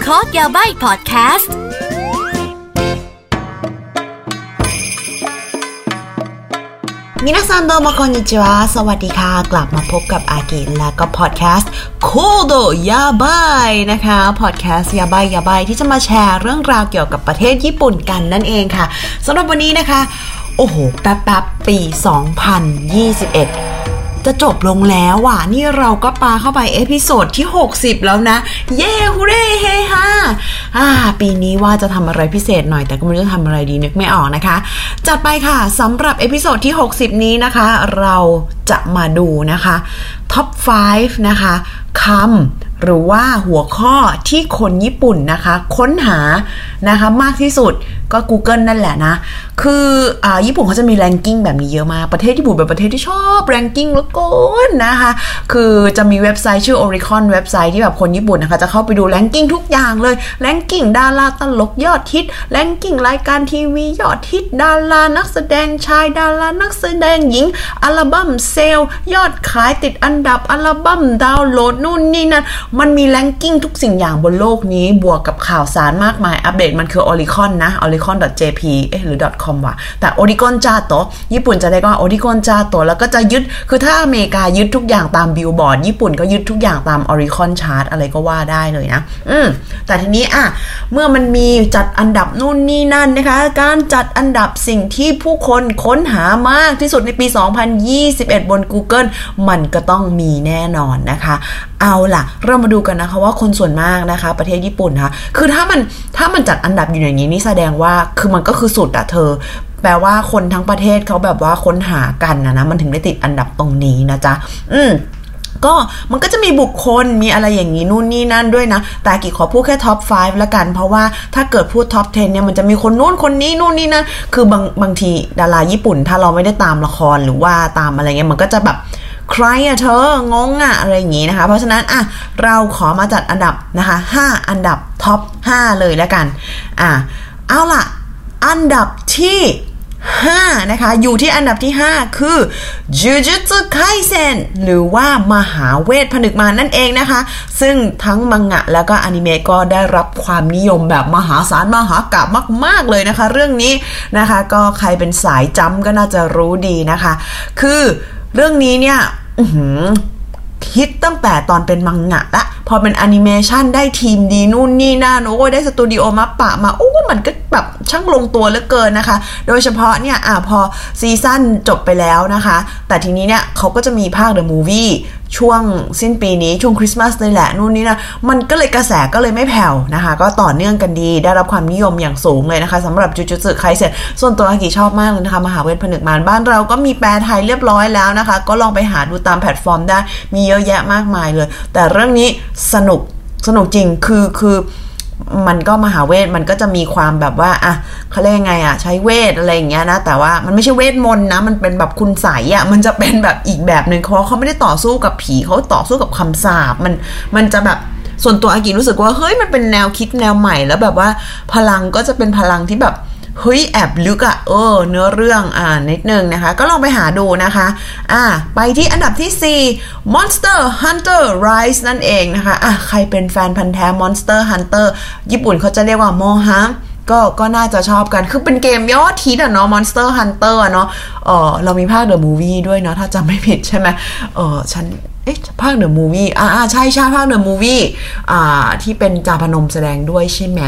Talk ยาใบ้ Podcast มินาซันโดโมคอนนิจิวะสวัสดีค่ะกลับมาพบกับอากิและก็พอดแคสต์โคโดยาบายนะคะพอดแคสต์ยาบายที่จะมาแชร์เรื่องราวเกี่ยวกับประเทศญี่ปุ่นกันนั่นเองค่ะสำหรับวันนี้นะคะโอ้โหแป๊บปี2021จะจบลงแล้วว่ะนี่เราก็ปาเข้าไปเอพิโซดที่60แล้วนะเย้ฮูเร่เฮฮาปีนี้ว่าจะทำอะไรพิเศษหน่อยแต่ก็ไม่รู้จะทำอะไรดีนึกไม่ออกนะคะจัดไปค่ะสำหรับเอพิโซดที่60นี้นะคะเราจะมาดูนะคะท็อป 5 นะคะคำหรือว่าหัวข้อที่คนญี่ปุ่นนะคะค้นหานะคะมากที่สุดก็ Google นั่นแหละนะคือญี่ปุ่นเขาจะมีแรงกิ้งแบบนี้เยอะมากประเทศญี่ปุ่นเป็นประเทศที่ชอบแรงกิ้งเหลือเกินนะคะคือจะมีเว็บไซต์ชื่อ Oricon เว็บไซต์ที่แบบคนญี่ปุ่นนะคะจะเข้าไปดูแรงกิ้งทุกอย่างเลยแรงกิ้งดาราตลกยอดฮิตแรงกิ้งรายการทีวียอดฮิตดารานักแสดงชายดารานักแสดงหญิงอัลบั้มเซลล์ยอดขายติดอันดับอัลบั้มดาวน์โหลดนู่นนี่นั่นมันมีแรงกิ้งทุกสิ่งอย่างบนโลกนี้บวกกับข่าวสารมากมายอัปเดตมันคือ Oricon นะ oricon.jp หรือ .com ว่ะแต่ Oricon จ้าโตญี่ปุ่นจะได้ก็ Oricon จ้าโตแล้วก็จะยึดคือถ้าอเมริกายึดทุกอย่างตามบิลบอร์ดญี่ปุ่นก็ยึดทุกอย่างตาม Oricon Chart อะไรก็ว่าได้เลยนะแต่ทีนี้เมื่อมันมีจัดอันดับนู่นนี่นั่นนะคะการจัดอันดับสิ่งที่ผู้คนค้นหามากที่สุดในปี2021บน Google มันก็ต้องมีแน่นอนนะคะเอาล่ะเรามาดูกันนะคะว่าคนส่วนมากนะคะประเทศญี่ปุ่นนะคะคือถ้ามันจัดอันดับอยู่อย่างนี้นี่แสดงว่าคือมันก็คือสุดอะเธอแปลว่าคนทั้งประเทศเขาแบบว่าค้นหากันนะมันถึงได้ติดอันดับตรงนี้นะจ๊ะก็มันก็จะมีบุคคลมีอะไรอย่างนี้นู่นนี่นั่นด้วยนะแต่กี่ขอพูดแค่ท็อป 5 ละกันเพราะว่าถ้าเกิดพูดท็อป 10เนี่ยมันจะมีคนนู้นคนนี้นู่นนี่นั่นคือบางทีดาราญี่ปุ่นถ้าเราไม่ได้ตามละครหรือว่าตามอะไรเงี้ยมันก็จะแบบใครอะเธองงอะอะไรอย่างงี้นะคะเพราะฉะนั้นเราขอมาจัดอันดับนะคะ5อันดับท็อป5เลยแล้วกันเอาล่ะอันดับที่5นะคะอยู่ที่อันดับที่5คือ Jujutsu Kaisen หรือว่ามหาเวทผนึกมารนั่นเองนะคะซึ่งทั้งมังงะแล้วก็อนิเมะก็ได้รับความนิยมแบบมหาศาลมหากาพย์มากๆเลยนะคะเรื่องนี้นะคะก็ใครเป็นสายจำก็น่าจะรู้ดีนะคะคือเรื่องนี้เนี่ยฮิตตั้งแต่ตอนเป็นมังงะละพอเป็นแอนิเมชันได้ทีมดีนู่นนี่นั่นโอ้ยได้สตูดิโอมาปะมาโอ้มันก็แบบช่างลงตัวเหลือเกินนะคะโดยเฉพาะเนี่ยพอซีซั่นจบไปแล้วนะคะแต่ทีนี้เนี่ยเขาก็จะมีภาค The Movie ช่วงสิ้นปีนี้ช่วงคริสต์มาสเลยแหละนู่นนี่นะมันก็เลยกระแสก็เลยไม่แผ่วนะคะก็ต่อเนื่องกันดีได้รับความนิยมอย่างสูงเลยนะคะสำหรับจูจูสึไคเซ็นส่วนตัวอากิชอบมากเลยนะคะมหาเวทผนึกมารบ้านเราก็มีแปลไทยเรียบร้อยแล้วนะคะก็ลองไปหาดูตามแพลตฟอร์มได้มีเยอะแยะมากมายเลยแต่เรื่องนี้สนุกจริงคือมันก็มหาเวทมันก็จะมีความแบบว่าเขาเรียกยังไงใช้เวทอะไรอย่างเงี้ยนะแต่ว่ามันไม่ใช่เวทมนต์นะมันเป็นแบบคุณไสยมันจะเป็นแบบอีกแบบนึงเขาไม่ได้ต่อสู้กับผีเขาต่อสู้กับคำสาปมันจะแบบส่วนตัวอากิรู้สึกว่าเฮ้ยมันเป็นแนวคิดแนวใหม่แล้วแบบว่าพลังก็จะเป็นพลังที่แบบเฮ้ยแอบลึกเนื้อเรื่องนิดนึงนะคะก็ลองไปหาดูนะคะไปที่อันดับที่4 Monster Hunter Rise นั่นเองนะคะใครเป็นแฟนพันธุ์แท้ Monster Hunter ญี่ปุ่นเขาจะเรียกว่าโมฮะก็น่าจะชอบกันคือเป็นเกมยอดฮิตเนาะ Monster Hunter เนาะเรามีภาค The Movie ด้วยเนาะถ้าจำไม่ผิดใช่ไหมฉันภาค The Movie ใช่ภาค The Movie ที่เป็นจาพนมแสดงด้วยใช่ไหม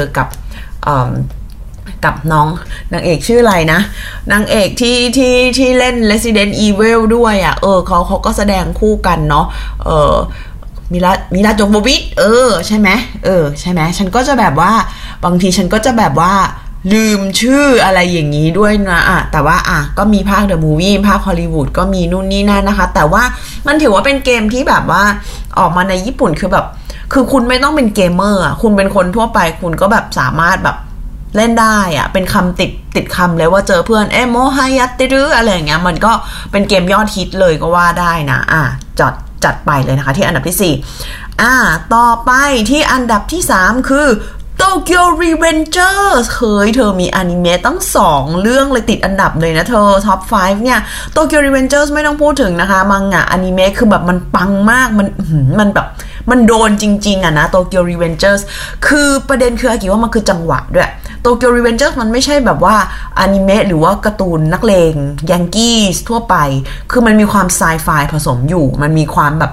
กับน้องนางเอกชื่ออะไรนะนางเอกที่เล่น Resident Evil ด้วยเขาก็แสดงคู่กันเนาะมิลาโจโววิชใช่ไหมใช่ไหมฉันก็จะแบบว่าบางทีฉันก็จะแบบว่าลืมชื่ออะไรอย่างนี้ด้วยนะแต่ว่าก็มีภาค The Movie ภาคฮอลลีวูดก็มีนู่นนี่นั่นนะคะแต่ว่ามันถือว่าเป็นเกมที่แบบว่าออกมาในญี่ปุ่นคือแบบคือคุณไม่ต้องเป็นเกมเมอร์คุณเป็นคนทั่วไปคุณก็แบบสามารถแบบเล่นได้เป็นคำติดคำเลยว่าเจอเพื่อนโมฮายัตติรึอะไรอย่างเงี้ยมันก็เป็นเกมยอดฮิตเลยก็ว่าได้นะจัดไปเลยนะคะที่อันดับที่4ต่อไปที่อันดับที่3คือ Tokyo Revengers เฮ้ยเธอมีอนิเมะตั้ง2เรื่องเลยติดอันดับเลยนะเธอท็อป 5เนี่ย Tokyo Revengers ไม่ต้องพูดถึงนะคะมังงะอนิเมะคือแบบมันปังมากมันแบบมันโดนจริงๆอะนะโตเกียวรีเวนเจอร์สคือประเด็นคืออากิว่ามันคือจังหวะด้วยโตเกียวรีเวนเจอร์สมันไม่ใช่แบบว่าอนิเมะหรือว่าการ์ตูนนักเลงยังกี้ทั่วไปคือมันมีความไซไฟผสมอยู่มันมีความแบบ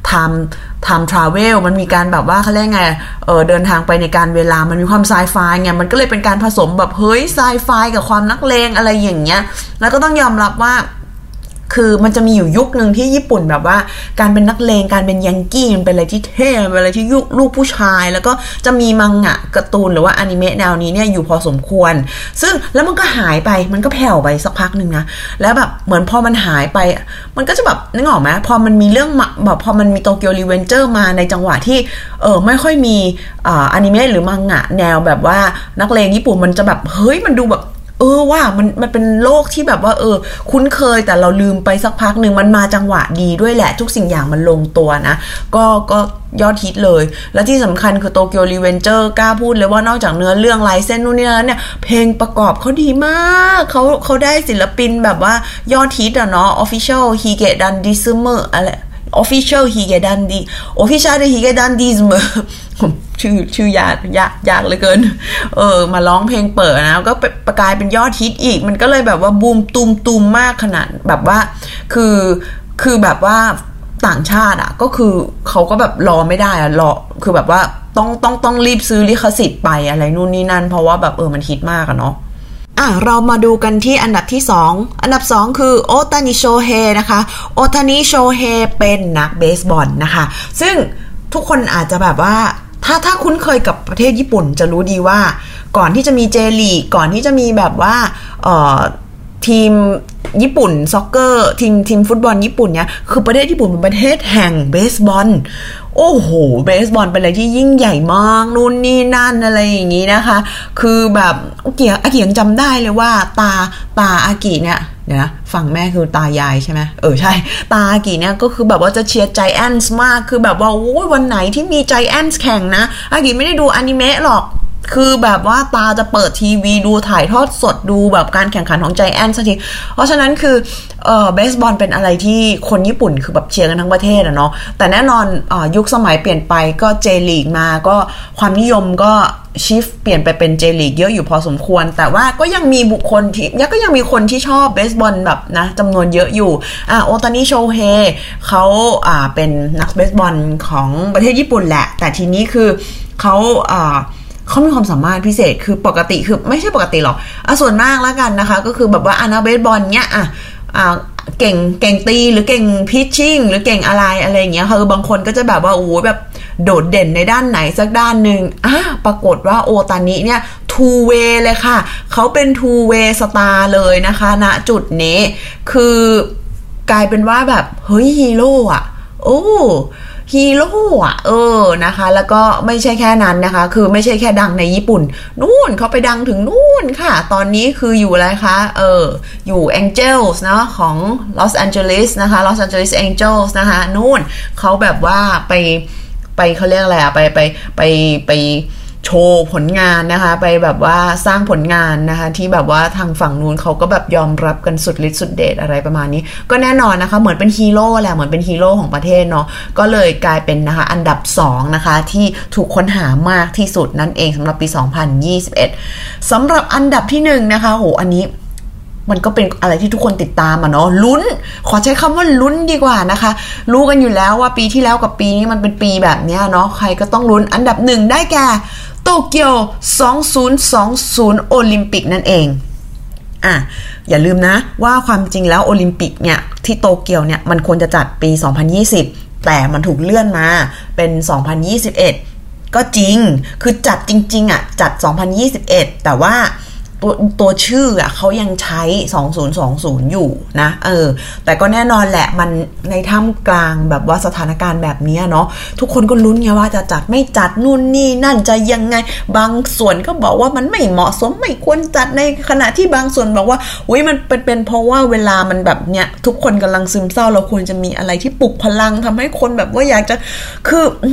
time travel มันมีการแบบว่าเขาเรียกไงเดินทางไปในการเวลามันมีความไซไฟไงมันก็เลยเป็นการผสมแบบเฮ้ยไซไฟกับความนักเลงอะไรอย่างเงี้ยแล้วก็ต้องยอมรับว่าคือมันจะมีอยู่ยุคนึงที่ญี่ปุ่นแบบว่าการเป็นนักเลงการเป็นยังกี้มันเป็นอะไรที่เท่เป็นอะไรที่ลูกผู้ชายแล้วก็จะมีมังงะการ์ตูนหรือว่าอนิเมะแนวนี้เนี่ยอยู่พอสมควรซึ่งแล้วมันก็หายไปมันก็แผ่วไปสักพักนึงนะแล้วแบบเหมือนพอมันหายไปมันก็จะแบบนึกออกไหมพอมันมีเรื่องแบบพอมันมีโตเกียวรีเวนเจอร์มาในจังหวะที่ไม่ค่อยมีอนิเมะหรือมังงะแนวแบบว่านักเลงญี่ปุ่นมันจะแบบเฮ้ยมันดูแบบว่ามันเป็นโลกที่แบบว่าคุ้นเคยแต่เราลืมไปสักพักหนึ่งมันมาจังหวะดีด้วยแหละทุกสิ่งอย่างมันลงตัวนะก็ยอดฮิตเลยและที่สำคัญคือโตเกียวรีเวนเจอร์กล้าพูดเลยว่านอกจากเนื้อเรื่องลายเส้นนู่นนี่นั่นเนี่ยเพลงประกอบเขาดีมากเขาได้ศิลปินแบบว่ายอดฮิตอะเนาะ Official Higedan Dismer อะไร Official Higedan Di Official Higedan Dismer ชื่อยากเหลือเกินมาร้องเพลงเปิดนะก็ประกายเป็นยอดฮิตอีกมันก็เลยแบบว่าบูมตูมมากขนาดแบบว่าคือแบบว่าต่างชาติอ่ะก็คือเขาก็แบบรอไม่ได้อ่ะรอคือแบบว่าต้องรีบซื้อลิขสิทธิ์ไปอะไรนู่นนี่นั่นเพราะว่าแบบมันฮิตมากอะเนาะเรามาดูกันที่อันดับที่2อันดับ2คือโอตานิโชเฮนะคะโอตานิโชเฮเป็นนักเบสบอลนะคะซึ่งทุกคนอาจจะแบบว่าถ้าคุ้นเคยกับประเทศญี่ปุ่นจะรู้ดีว่าก่อนที่จะมีเจลีกก่อนที่จะมีแบบว่าทีมญี่ปุ่นซ็อกเกอร์ทีมฟุตบอลญี่ปุ่นเนี่ยคือประเทศญี่ปุ่นเป็นประเทศแห่งเบสบอลโอ้โหเบสบอลเป็นอะไรที่ยิ่งใหญ่มากนู่นนี่นั่นอะไรอย่างนี้นะคะคือแบบอากิยังจำได้เลยว่าตาอากิเนี่ยเดี๋ยวนะฝั่งแม่คือตายายใช่ไหมใช่ตาอากิเนี่ยก็คือแบบว่าจะเชียร์ไจแอนท์มากคือแบบว่าโอ้ยวันไหนที่มีไจแอนท์แข่งนะอากิไม่ได้ดูอนิเมะหรอกคือแบบว่าตาจะเปิดทีวีดูถ่ายทอดสดดูแบบการแข่งขันของไจแอนท์สักทีเพราะฉะนั้นคือเบสบอลเป็นอะไรที่คนญี่ปุ่นคือแบบเชียร์กันทั้งประเทศอะเนาะแต่แน่นอนยุคสมัยเปลี่ยนไปก็เจลีกมาก็ความนิยมก็ชิฟเปลี่ยนไปเป็นเจลีกเยอะอยู่พอสมควรแต่ว่าก็ยังมีบุคคลที่ก็ยังมีคนที่ชอบเบสบอลแบบนะจำนวนเยอะอยู่โอตานิโชเฮเขาเป็นนักเบสบอลของประเทศญี่ปุ่นแหละแต่ทีนี้คือเขามีความสามารถพิเศษคือปกติคือไม่ใช่ปกติหรอกส่วนมากแล้วกันนะคะก็คือแบบว่านักเบสบอลเนี้ยเก่งตีหรือเก่งพิชชิ่งหรือเก่งอะไรอย่างเงี้ยคือบางคนก็จะแบบว่าโอ้แบบโดดเด่นในด้านไหนสักด้านหนึ่งปรากฏว่าโอตานิเนี่ยทูเวย์เลยค่ะเขาเป็นทูเวย์สตาร์เลยนะคะณจุดนี้คือกลายเป็นว่าแบบเฮ้ยฮีโร่อะฮีโร่นะคะแล้วก็ไม่ใช่แค่นั้นนะคะคือไม่ใช่แค่ดังในญี่ปุ่นนู่นเขาไปดังถึงนู่นค่ะตอนนี้คืออยู่อะไรคะอยู่ Angels เนาะของ Los Angeles นะคะ Los Angeles Angels นะคะนู่นเขาแบบว่าไปเขาเรียกอะไรไปโชว์ผลงานนะคะไปแบบว่าสร้างผลงานนะคะที่แบบว่าทางฝั่งนู้นเขาก็แบบยอมรับกันสุดฤทธิ์สุดเดชอะไรประมาณนี้ก็แน่นอนนะคะเหมือนเป็นฮีโร่แหละเหมือนเป็นฮีโร่ของประเทศเนาะก็เลยกลายเป็นนะคะอันดับ2นะคะที่ถูกค้นหามากที่สุดนั่นเองสำหรับปี2021สำหรับอันดับที่1นะคะโหอันนี้มันก็เป็นอะไรที่ทุกคนติดตามเนาะลุ้นขอใช้คำว่าลุ้นดีกว่านะคะรู้กันอยู่แล้วว่าปีที่แล้วกับปีนี้มันเป็นปีแบบนี้เนาะใครก็ต้องลุ้นอันดับ1ได้แก่โตเกียว2020โอลิมปิกนั่นเองอย่าลืมนะว่าความจริงแล้วโอลิมปิกเนี่ยที่โตเกียวเนี่ยมันควรจะจัดปี2020แต่มันถูกเลื่อนมาเป็น2021ก็จริงคือจัดจริงๆจัด2021แต่ว่าตัวชื่อเขายังใช้2020อยู่นะแต่ก็แน่นอนแหละมันในท่ามกลางแบบว่าสถานการณ์แบบนี้เนาะทุกคนก็ลุ้นไงว่าจะจัดไม่จัดนู่นนี่นั่นจะยังไงบางส่วนก็บอกว่ามันไม่เหมาะสมไม่ควรจัดในขณะที่บางส่วนบอกว่าอุ๊ยมันเป็นเพราะว่าเวลามันแบบเนี้ยทุกคนกำลังซึมเศร้าเราควรจะมีอะไรที่ปลุกพลังทำให้คนแบบว่าอยากจะคือ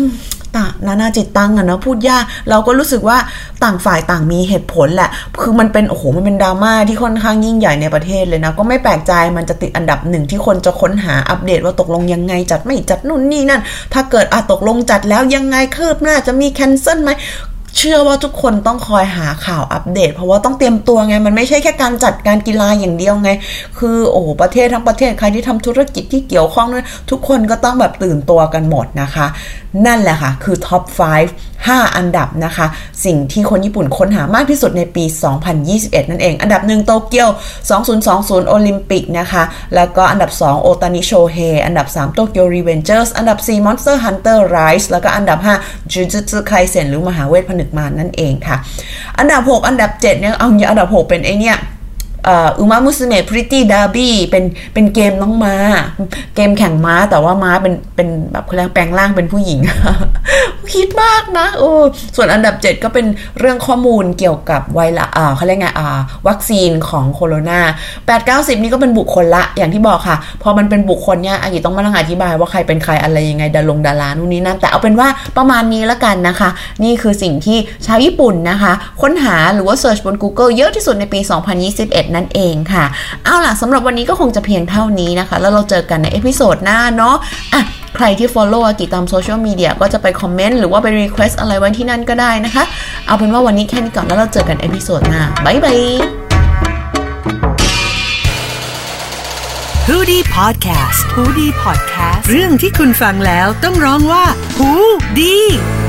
นานาจิตตังอะเนาะพูดยากเราก็รู้สึกว่าต่างฝ่ายต่างมีเหตุผลแหละคือมันเป็นมันเป็นดราม่าที่ค่อนข้างยิ่งใหญ่ในประเทศเลยนะก็ไม่แปลกใจมันจะติดอันดับหนึ่งที่คนจะค้นหาอัปเดตว่าตกลงยังไงจัดไม่จัดนู่นนี่นั่นถ้าเกิดตกลงจัดแล้วยังไงคืบหน้าจะมีแคนเซิลไหมเชื่อว่าทุกคนต้องคอยหาข่าวอัปเดตเพราะว่าต้องเตรียมตัวไงมันไม่ใช่แค่การจัดการกีฬาอย่างเดียวไงคือประเทศทั้งประเทศใครที่ทำธุรกิจที่เกี่ยวข้องด้วยทุกคนก็ต้องแบบตื่นตัวกันหมดนะคะนั่นแหละค่ะคือท็อป 5 อันดับนะคะสิ่งที่คนญี่ปุ่นค้นหามากที่สุดในปี 2021 นั่นเองอันดับ1โตเกียว2020โอลิมปิกนะคะแล้วก็อันดับ2โอตานิโชเฮอันดับ3โตเกียวรีเวนเจอร์สอันดับ4 Monster Hunter Rise แล้วก็อันดับ5 Jujutsu Kaisen หรือมหาเวทผนึกมารนั่นเองค่ะอันดับ6อันดับ7เนี่ยเอาอันดับ6เป็นไอเนี่ยอุมามุสเมะพริตตี้ดาร์บี้เป็นเกมน้องม้าเกมแข่งม้าแต่ว่าม้าเป็นแบบเขาเรียกแปลงร่างเป็นผู้หญิง คิดมากนะส่วนอันดับ7ก็เป็นเรื่องข้อมูลเกี่ยวกับไวรัสเขาเรียกไงวัคซีนของโคโรนา8-90นี่ก็เป็นบุคคลละอย่างที่บอกค่ะพอมันเป็นบุคคลเนี่ยอากิต้องมานั่งอธิบายว่าใครเป็นใครอะไรยังไงดารานู่นนี่นั่นแต่เอาเป็นว่าประมาณนี้ละกันนะคะนี่คือสิ่งที่ชาวญี่ปุ่นนะคะค้นหาหรือว่าเสิร์ชบน Google เยอะที่สุดในปี 2021นั่นเองค่ะเอาล่ะสำหรับวันนี้ก็คงจะเพียงเท่านี้นะคะแล้วเราเจอกันในเอพิโซดหน้าเนาะใครที่ follow อากิตามโซเชียลมีเดียก็จะไปคอมเมนต์หรือว่าไป request อะไรไว้ที่นั่นก็ได้นะคะเอาเป็นว่าวันนี้แค่นี้ก่อนแล้วเราเจอกันเอพิโซดหน้าบ๊ายบาย Hoodie Podcast เรื่องที่คุณฟังแล้วต้องร้องว่าหูดี